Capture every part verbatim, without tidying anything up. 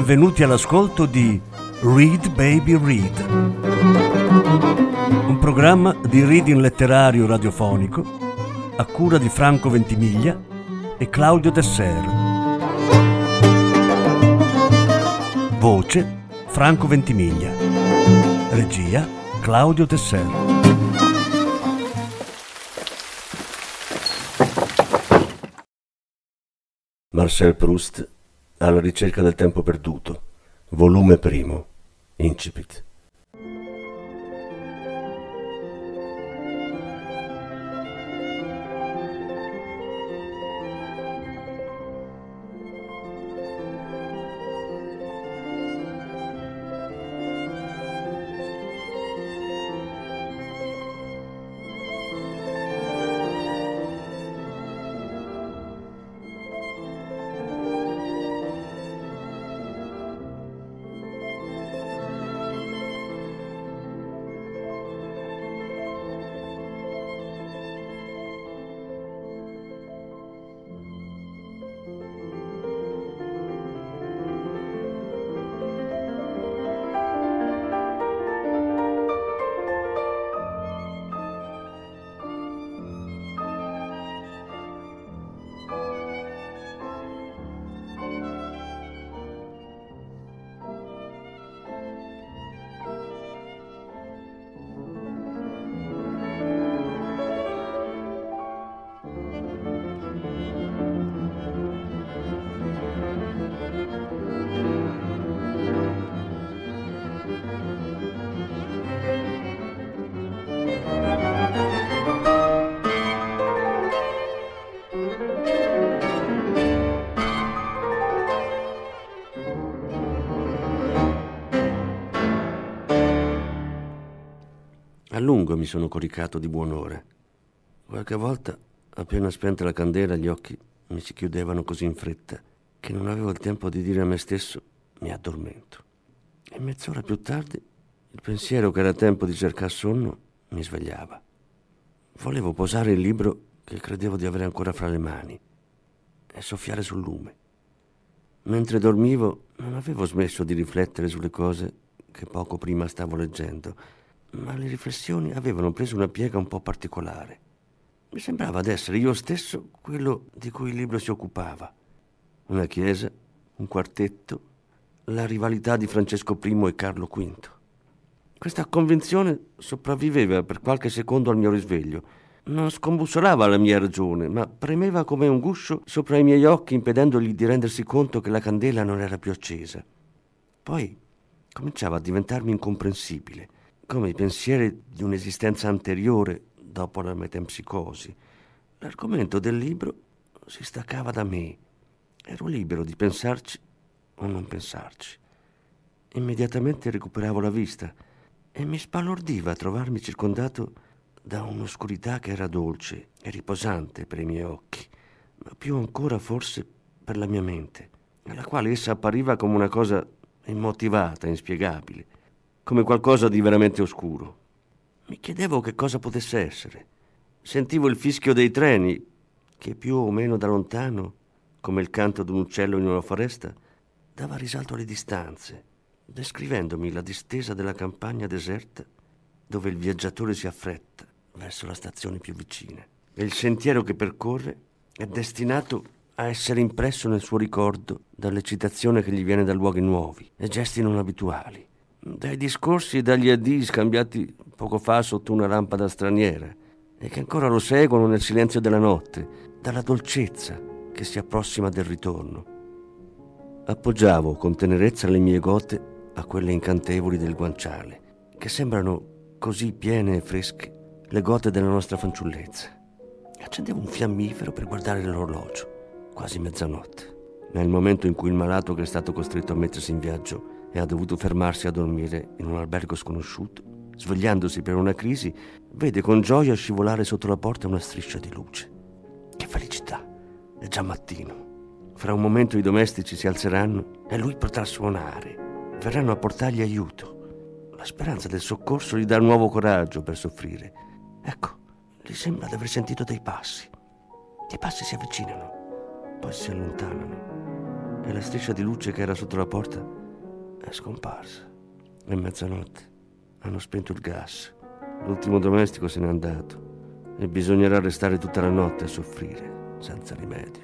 benvenuti all'ascolto di Read Baby Read, un programma di reading letterario radiofonico a cura di Franco Ventimiglia e Claudio Desser. Voce Franco Ventimiglia. Regia Claudio Desser. Marcel Proust, Alla ricerca del tempo perduto, volume primo, incipit. A lungo mi sono coricato di buon'ora. Qualche volta, appena spenta la candela, gli occhi mi si chiudevano così in fretta che non avevo il tempo di dire a me stesso mi addormento. E mezz'ora più tardi il pensiero che era tempo di cercar sonno mi svegliava. Volevo posare il libro che credevo di avere ancora fra le mani e soffiare sul lume. Mentre dormivo non avevo smesso di riflettere sulle cose che poco prima stavo leggendo, ma le riflessioni avevano preso una piega un po' particolare. Mi sembrava d'essere io stesso quello di cui il libro si occupava. Una chiesa, un quartetto, la rivalità di Francesco primo e Carlo quinto. Questa convinzione sopravviveva per qualche secondo al mio risveglio. Non scombussolava la mia ragione, ma premeva come un guscio sopra i miei occhi, impedendogli di rendersi conto che la candela non era più accesa. Poi cominciava a diventarmi incomprensibile, come i pensieri di un'esistenza anteriore dopo la metempsicosi. L'argomento del libro si staccava da me. Ero libero di pensarci o non pensarci. Immediatamente recuperavo la vista e mi sbalordiva trovarmi circondato da un'oscurità che era dolce e riposante per i miei occhi, ma più ancora forse per la mia mente, alla quale essa appariva come una cosa immotivata, inspiegabile, come qualcosa di veramente oscuro. Mi chiedevo che cosa potesse essere. Sentivo il fischio dei treni, che più o meno da lontano, come il canto di un uccello in una foresta, dava risalto alle distanze, descrivendomi la distesa della campagna deserta dove il viaggiatore si affretta verso la stazione più vicina. E il sentiero che percorre è destinato a essere impresso nel suo ricordo dall'eccitazione che gli viene da luoghi nuovi e gesti non abituali, dai discorsi e dagli addii scambiati poco fa sotto una lampada straniera e che ancora lo seguono nel silenzio della notte, dalla dolcezza che si approssima del ritorno. Appoggiavo con tenerezza le mie gote a quelle incantevoli del guanciale, che sembrano così piene e fresche, le gote della nostra fanciullezza. Accendevo un fiammifero per guardare l'orologio, quasi mezzanotte. Nel momento in cui il malato, che è stato costretto a mettersi in viaggio e ha dovuto fermarsi a dormire in un albergo sconosciuto, svegliandosi per una crisi, vede con gioia scivolare sotto la porta una striscia di luce. Che felicità! È già mattino. Fra un momento i domestici si alzeranno e lui potrà suonare. Verranno a portargli aiuto. La speranza del soccorso gli dà nuovo coraggio per soffrire. Ecco, gli sembra di aver sentito dei passi. I passi si avvicinano, poi si allontanano, e la striscia di luce che era sotto la porta è scomparsa. È mezzanotte. Hanno spento il gas. L'ultimo domestico se n'è andato e bisognerà restare tutta la notte a soffrire, senza rimedio.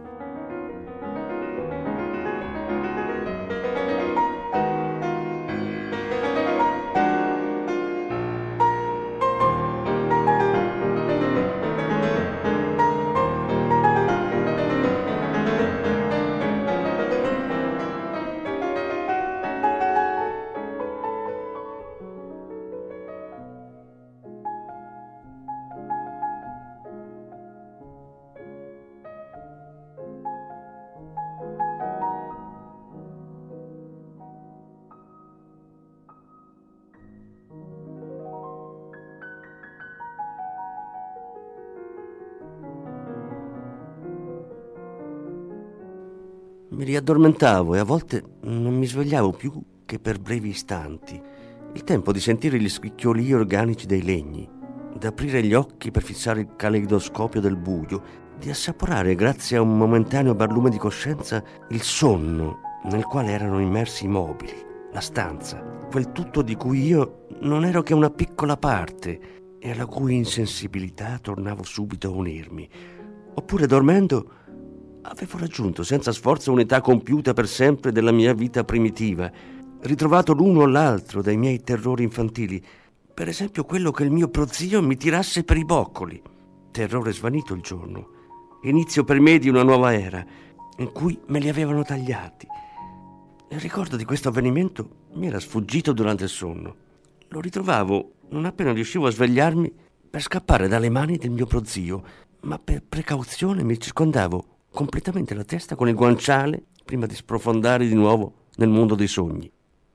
Mi riaddormentavo e a volte non mi svegliavo più che per brevi istanti, il tempo di sentire gli scricchiolii organici dei legni, di aprire gli occhi per fissare il caleidoscopio del buio, di assaporare, grazie a un momentaneo barlume di coscienza, il sonno nel quale erano immersi i mobili, la stanza, quel tutto di cui io non ero che una piccola parte e alla cui insensibilità tornavo subito a unirmi. Oppure, dormendo, avevo raggiunto senza sforzo un'età compiuta per sempre della mia vita primitiva, ritrovato l'uno o l'altro dei miei terrori infantili, per esempio quello che il mio prozio mi tirasse per i boccoli, terrore svanito il giorno, inizio per me di una nuova era, in cui me li avevano tagliati. Il ricordo di questo avvenimento mi era sfuggito durante il sonno. Lo ritrovavo non appena riuscivo a svegliarmi per scappare dalle mani del mio prozio, ma per precauzione mi circondavo completamente la testa con il guanciale prima di sprofondare di nuovo nel mondo dei sogni.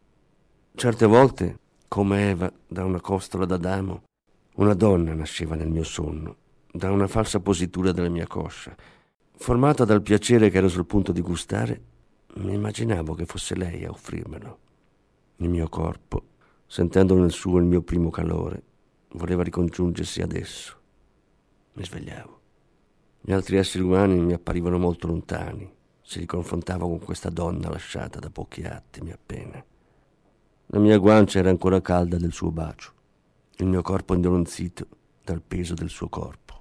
Certe volte, come Eva da una costola d'Adamo, una donna nasceva nel mio sonno, da una falsa positura della mia coscia. Formata dal piacere che ero sul punto di gustare, mi immaginavo che fosse lei a offrirmelo. Il mio corpo, sentendo nel suo il mio primo calore, voleva ricongiungersi ad esso. Mi svegliavo. Gli altri esseri umani mi apparivano molto lontani se li confrontavo con questa donna lasciata da pochi attimi appena. La mia guancia era ancora calda del suo bacio, il mio corpo indolenzito dal peso del suo corpo.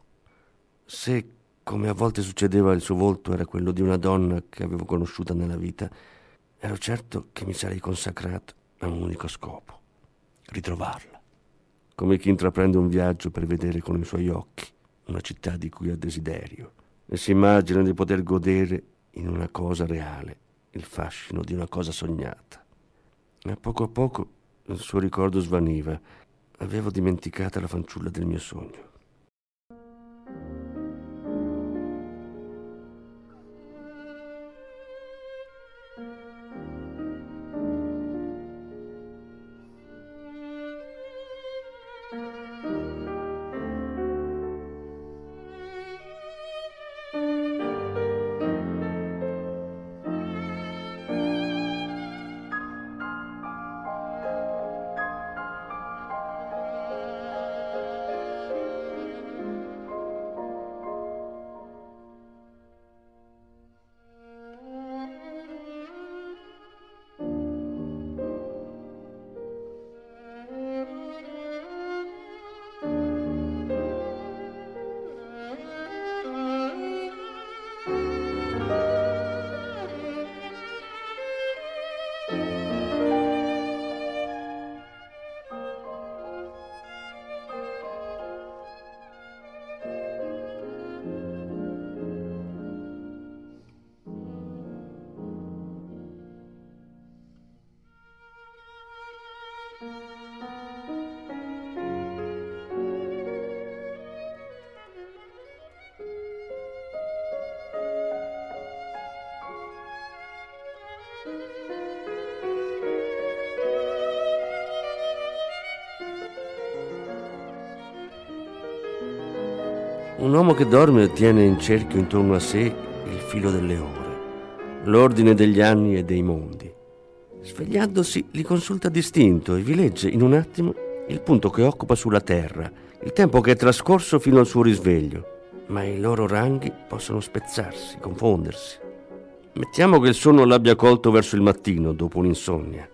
Se, come a volte succedeva, il suo volto era quello di una donna che avevo conosciuta nella vita, ero certo che mi sarei consacrato a un unico scopo: ritrovarla, come chi intraprende un viaggio per vedere con i suoi occhi una città di cui ha desiderio e si immagina di poter godere in una cosa reale il fascino di una cosa sognata. E a poco a poco il suo ricordo svaniva. Avevo dimenticata la fanciulla del mio sogno. Un uomo che dorme tiene in cerchio intorno a sé il filo delle ore, l'ordine degli anni e dei mondi. Svegliandosi li consulta distinto e vi legge in un attimo il punto che occupa sulla terra, il tempo che è trascorso fino al suo risveglio, ma i loro ranghi possono spezzarsi, confondersi. Mettiamo che il sonno l'abbia colto verso il mattino, dopo un'insonnia.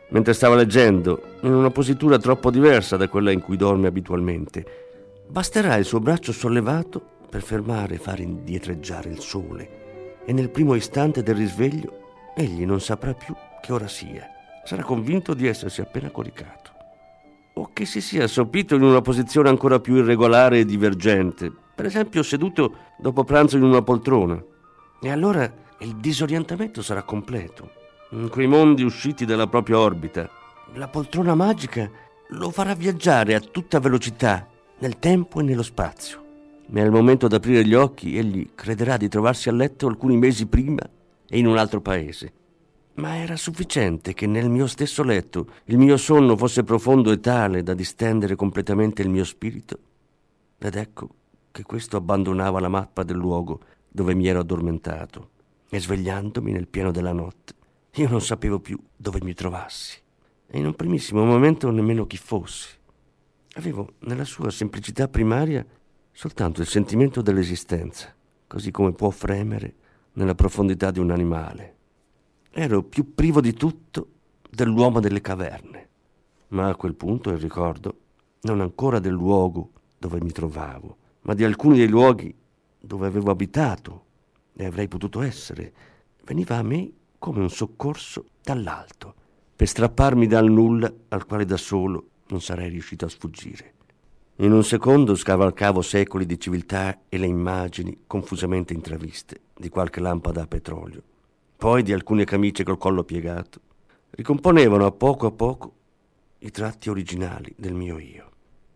mentre stava leggendo, in una positura troppo diversa da quella in cui dorme abitualmente. Basterà il suo braccio sollevato per fermare e fare indietreggiare il sole, e nel primo istante del risveglio egli non saprà più che ora sia. Sarà convinto di essersi appena coricato, o che si sia assopito in una posizione ancora più irregolare e divergente, per esempio seduto dopo pranzo in una poltrona. E allora il disorientamento sarà completo. In quei mondi usciti dalla propria orbita, la poltrona magica lo farà viaggiare a tutta velocità nel tempo e nello spazio. Ma al momento d'aprire gli occhi egli crederà di trovarsi a letto alcuni mesi prima e in un altro paese. Ma era sufficiente che nel mio stesso letto il mio sonno fosse profondo e tale da distendere completamente il mio spirito. Ed ecco che questo abbandonava la mappa del luogo dove mi ero addormentato, e svegliandomi nel pieno della notte io non sapevo più dove mi trovassi e in un primissimo momento nemmeno chi fossi. Avevo nella sua semplicità primaria soltanto il sentimento dell'esistenza, così come può fremere nella profondità di un animale. Ero più privo di tutto dell'uomo delle caverne, ma a quel punto il ricordo non ancora del luogo dove mi trovavo, ma di alcuni dei luoghi dove avevo abitato e avrei potuto essere, veniva a me come un soccorso dall'alto, per strapparmi dal nulla al quale da solo non sarei riuscito a sfuggire. In un secondo scavalcavo secoli di civiltà e le immagini confusamente intraviste di qualche lampada a petrolio, poi di alcune camicie col collo piegato, ricomponevano a poco a poco i tratti originali del mio io.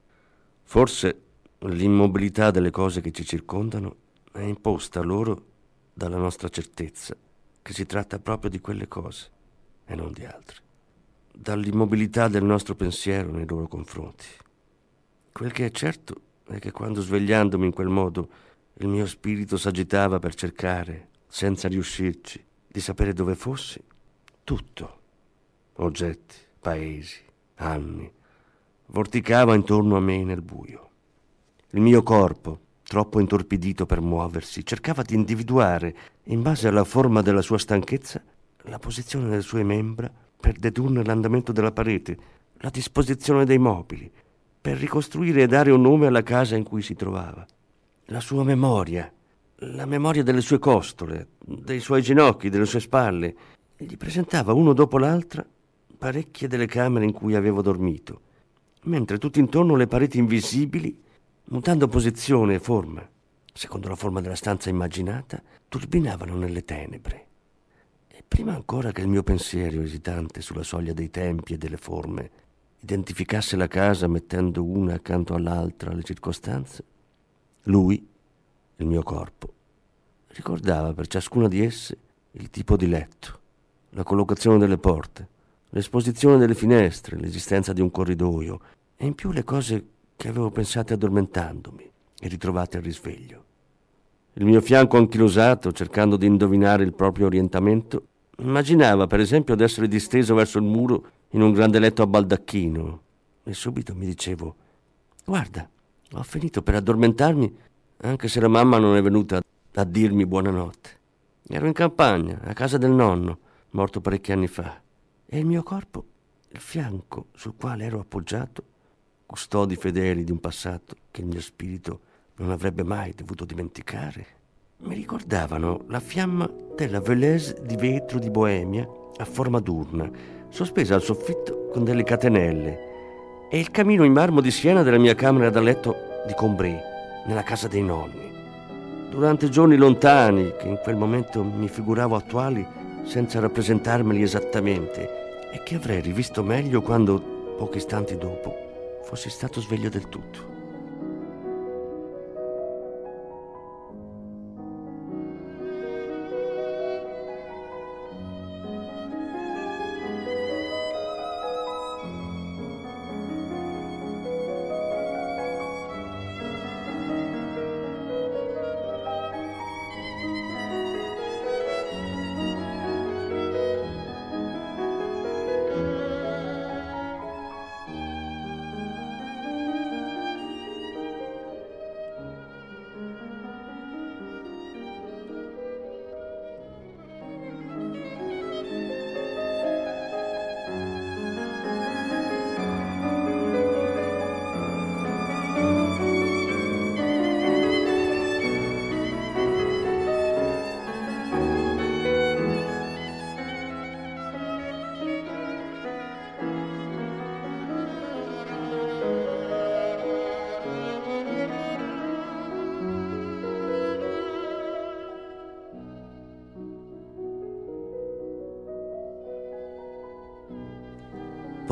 Forse l'immobilità delle cose che ci circondano è imposta loro dalla nostra certezza che si tratta proprio di quelle cose e non di altre, dall'immobilità del nostro pensiero nei loro confronti. Quel che è certo è che quando, svegliandomi in quel modo, il mio spirito s'agitava per cercare, senza riuscirci, di sapere dove fossi, tutto, oggetti, paesi, anni, vorticava intorno a me nel buio. Il mio corpo, troppo intorpidito per muoversi, cercava di individuare, in base alla forma della sua stanchezza, la posizione delle sue membra per dedurne l'andamento della parete, la disposizione dei mobili, per ricostruire e dare un nome alla casa in cui si trovava. La sua memoria, la memoria delle sue costole, dei suoi ginocchi, delle sue spalle, gli presentava uno dopo l'altra parecchie delle camere in cui avevo dormito, mentre tutto intorno le pareti invisibili, mutando posizione e forma, secondo la forma della stanza immaginata, turbinavano nelle tenebre. E prima ancora che il mio pensiero, esitante sulla soglia dei tempi e delle forme, identificasse la casa mettendo una accanto all'altra le circostanze, lui, il mio corpo, ricordava per ciascuna di esse il tipo di letto, la collocazione delle porte, l'esposizione delle finestre, l'esistenza di un corridoio e in più le cose che avevo pensate addormentandomi e ritrovate al risveglio. Il mio fianco anchilosato, cercando di indovinare il proprio orientamento, immaginava per esempio di essere disteso verso il muro in un grande letto a baldacchino e subito mi dicevo: guarda, ho finito per addormentarmi anche se la mamma non è venuta a dirmi buonanotte. Ero in campagna, a casa del nonno, morto parecchi anni fa, e il mio corpo, il fianco sul quale ero appoggiato, custodi fedeli di un passato che il mio spirito non avrebbe mai dovuto dimenticare, mi ricordavano la fiamma della Velez di vetro di Boemia a forma d'urna, sospesa al soffitto con delle catenelle, e il camino in marmo di Siena della mia camera da letto di Combray, nella casa dei nonni. Durante giorni lontani, che in quel momento mi figuravo attuali senza rappresentarmeli esattamente, e che avrei rivisto meglio quando, pochi istanti dopo, fossi stato sveglio del tutto.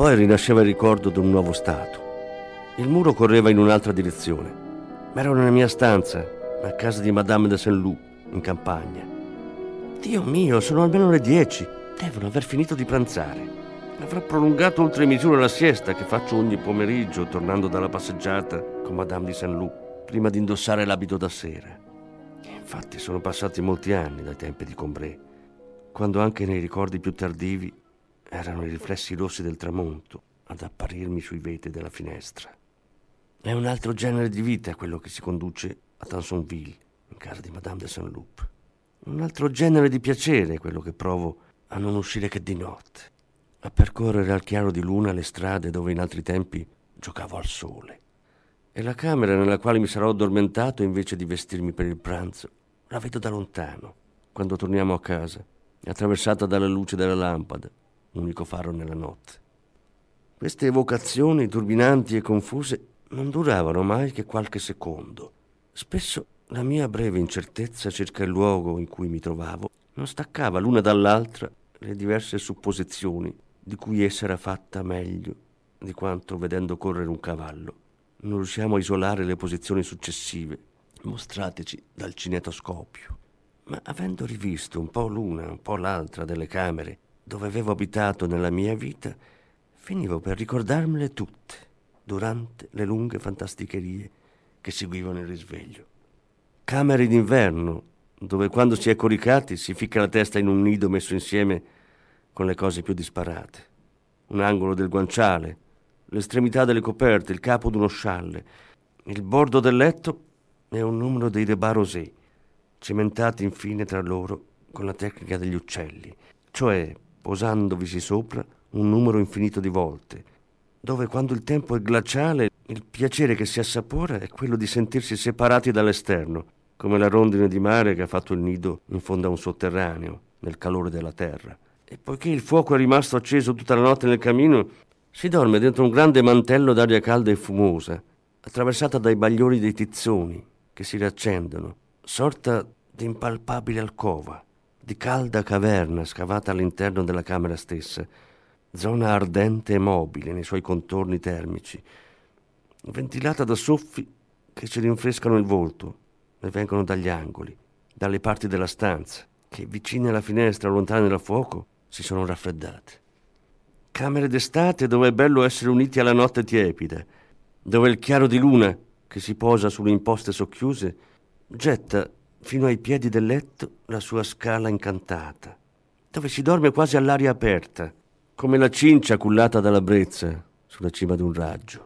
Poi rinasceva il ricordo di un nuovo stato. Il muro correva in un'altra direzione, ma ero nella mia stanza, a casa di Madame de Saint-Loup, in campagna. Dio mio, sono almeno le dieci. Devono aver finito di pranzare. Avrà prolungato oltre misura la siesta che faccio ogni pomeriggio tornando dalla passeggiata con Madame de Saint-Loup prima di indossare l'abito da sera. Infatti sono passati molti anni dai tempi di Combray, quando anche nei ricordi più tardivi erano i riflessi rossi del tramonto ad apparirmi sui vetri della finestra. È un altro genere di vita quello che si conduce a Tansonville, in casa di Madame de Saint-Loup. Un altro genere di piacere quello che provo a non uscire che di notte, a percorrere al chiaro di luna le strade dove in altri tempi giocavo al sole. E la camera nella quale mi sarò addormentato invece di vestirmi per il pranzo la vedo da lontano, quando torniamo a casa, attraversata dalla luce della lampada, unico faro nella notte. Queste evocazioni turbinanti e confuse non duravano mai che qualche secondo. Spesso la mia breve incertezza circa il luogo in cui mi trovavo non staccava l'una dall'altra le diverse supposizioni di cui essa era fatta meglio di quanto, vedendo correre un cavallo, non riusciamo a isolare le posizioni successive mostrateci dal cinetoscopio. Ma avendo rivisto un po' l'una, un po' l'altra delle camere dove avevo abitato nella mia vita, finivo per ricordarmele tutte durante le lunghe fantasticherie che seguivano il risveglio. Camere d'inverno, dove quando si è coricati si ficca la testa in un nido messo insieme con le cose più disparate. Un angolo del guanciale, l'estremità delle coperte, il capo d'uno scialle, il bordo del letto e un numero dei débats rosés, cementati infine tra loro con la tecnica degli uccelli, cioè posandovisi sopra un numero infinito di volte, dove quando il tempo è glaciale il piacere che si assapora è quello di sentirsi separati dall'esterno, come la rondine di mare che ha fatto il nido in fondo a un sotterraneo, nel calore della terra. E poiché il fuoco è rimasto acceso tutta la notte nel camino, si dorme dentro un grande mantello d'aria calda e fumosa, attraversata dai bagliori dei tizzoni che si riaccendono, sorta di impalpabile alcova, di calda caverna scavata all'interno della camera stessa, zona ardente e mobile nei suoi contorni termici, ventilata da soffi che ci rinfrescano il volto e vengono dagli angoli, dalle parti della stanza, che vicine alla finestra, lontane dal fuoco, si sono raffreddate. Camere d'estate dove è bello essere uniti alla notte tiepida, dove il chiaro di luna che si posa sulle imposte socchiuse getta fino ai piedi del letto la sua scala incantata, dove si dorme quasi all'aria aperta, come la cincia cullata dalla brezza sulla cima di un raggio.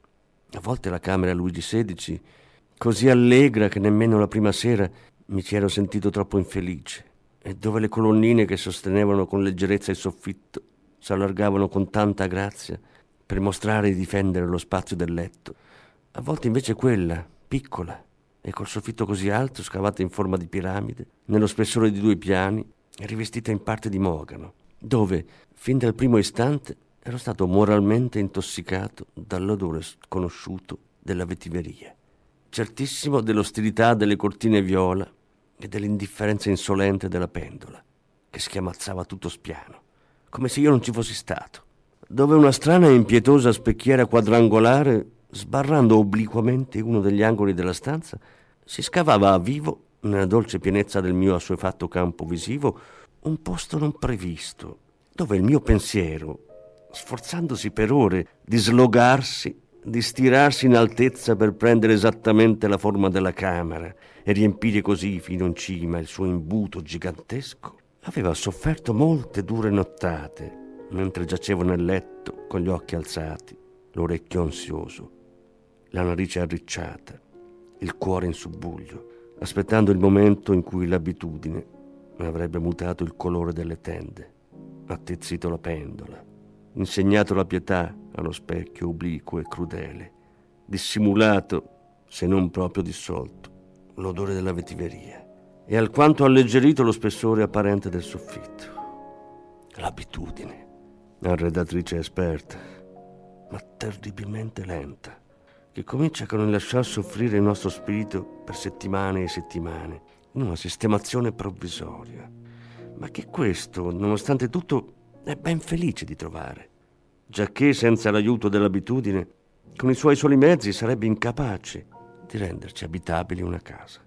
A volte la camera Luigi sedicesimo, così allegra che nemmeno la prima sera mi ci ero sentito troppo infelice, e dove le colonnine che sostenevano con leggerezza il soffitto s'allargavano con tanta grazia per mostrare di difendere lo spazio del letto. A volte invece quella, piccola, e col soffitto così alto, scavata in forma di piramide, nello spessore di due piani, e rivestita in parte di mogano, dove, fin dal primo istante, ero stato moralmente intossicato dall'odore sconosciuto della vetiveria, certissimo dell'ostilità delle cortine viola e dell'indifferenza insolente della pendola, che schiamazzava tutto spiano, come se io non ci fossi stato, dove una strana e impietosa specchiera quadrangolare, sbarrando obliquamente uno degli angoli della stanza, si scavava a vivo, nella dolce pienezza del mio assuefatto campo visivo, un posto non previsto, dove il mio pensiero, sforzandosi per ore di slogarsi, di stirarsi in altezza per prendere esattamente la forma della camera e riempire così fino in cima il suo imbuto gigantesco, aveva sofferto molte dure nottate mentre giacevo nel letto con gli occhi alzati, l'orecchio ansioso, la narice arricciata, il cuore in subbuglio, aspettando il momento in cui l'abitudine avrebbe mutato il colore delle tende, attizzito la pendola, insegnato la pietà allo specchio obliquo e crudele, dissimulato, se non proprio dissolto, l'odore della vetiveria e alquanto alleggerito lo spessore apparente del soffitto. L'abitudine, arredatrice esperta, ma terribilmente lenta, che comincia con il lasciar soffrire il nostro spirito per settimane e settimane in una sistemazione provvisoria, ma che questo, nonostante tutto, è ben felice di trovare, giacché senza l'aiuto dell'abitudine, con i suoi soli mezzi sarebbe incapace di renderci abitabili una casa.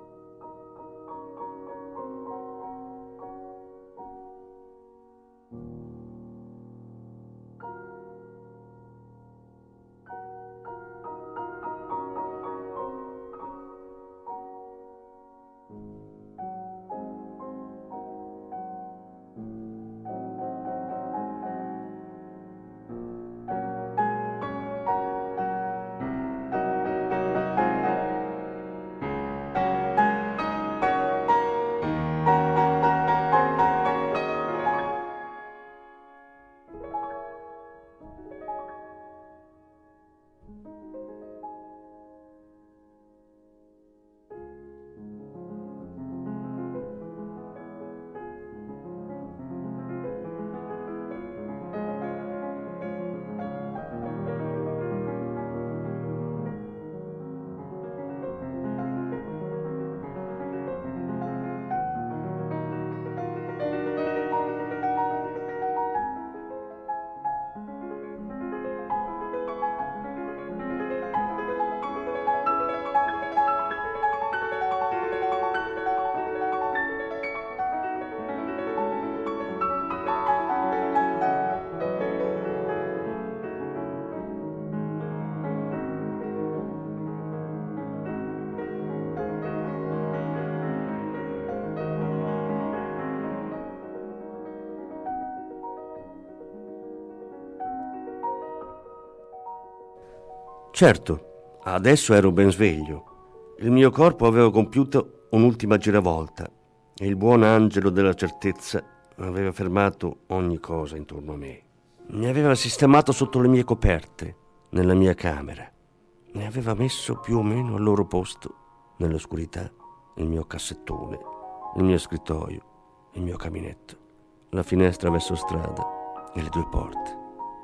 Certo, adesso ero ben sveglio. Il mio corpo aveva compiuto un'ultima giravolta e il buon angelo della certezza aveva fermato ogni cosa intorno a me. Mi aveva sistemato sotto le mie coperte, nella mia camera. Mi aveva messo più o meno al loro posto, nell'oscurità, il mio cassettone, il mio scrittoio, il mio caminetto, la finestra verso strada e le due porte.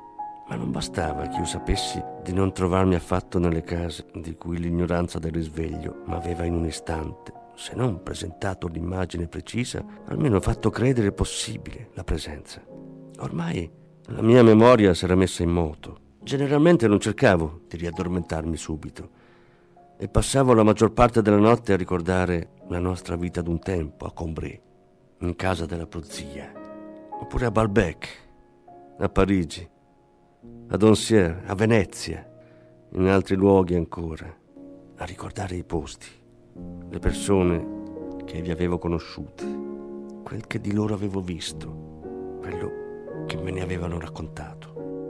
Ma non bastava che io sapessi di non trovarmi affatto nelle case di cui l'ignoranza del risveglio m'aveva in un istante, se non presentato l'immagine precisa, almeno fatto credere possibile la presenza. Ormai la mia memoria s'era messa in moto. Generalmente non cercavo di riaddormentarmi subito e passavo la maggior parte della notte a ricordare la nostra vita d'un tempo a Combray, in casa della prozia, oppure a Balbec, a Parigi, a Doncières, a Venezia, in altri luoghi ancora, a ricordare i posti, le persone che vi avevo conosciute, quel che di loro avevo visto, quello che me ne avevano raccontato.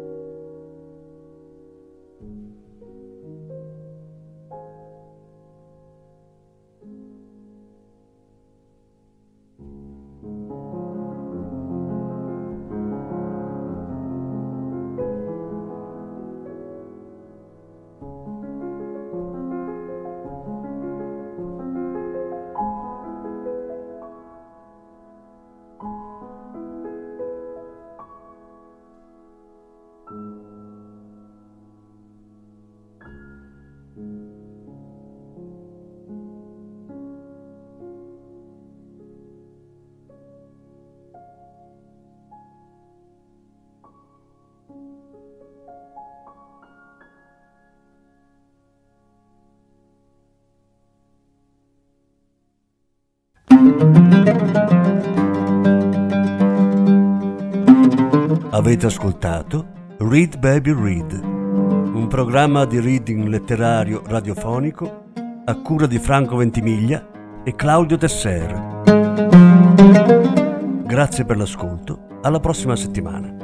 Avete ascoltato Read Baby Read, un programma di reading letterario radiofonico a cura di Franco Ventimiglia e Claudio Tesser. Grazie per l'ascolto, alla prossima settimana.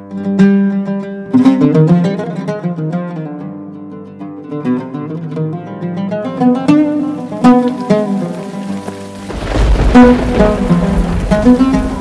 Thank you.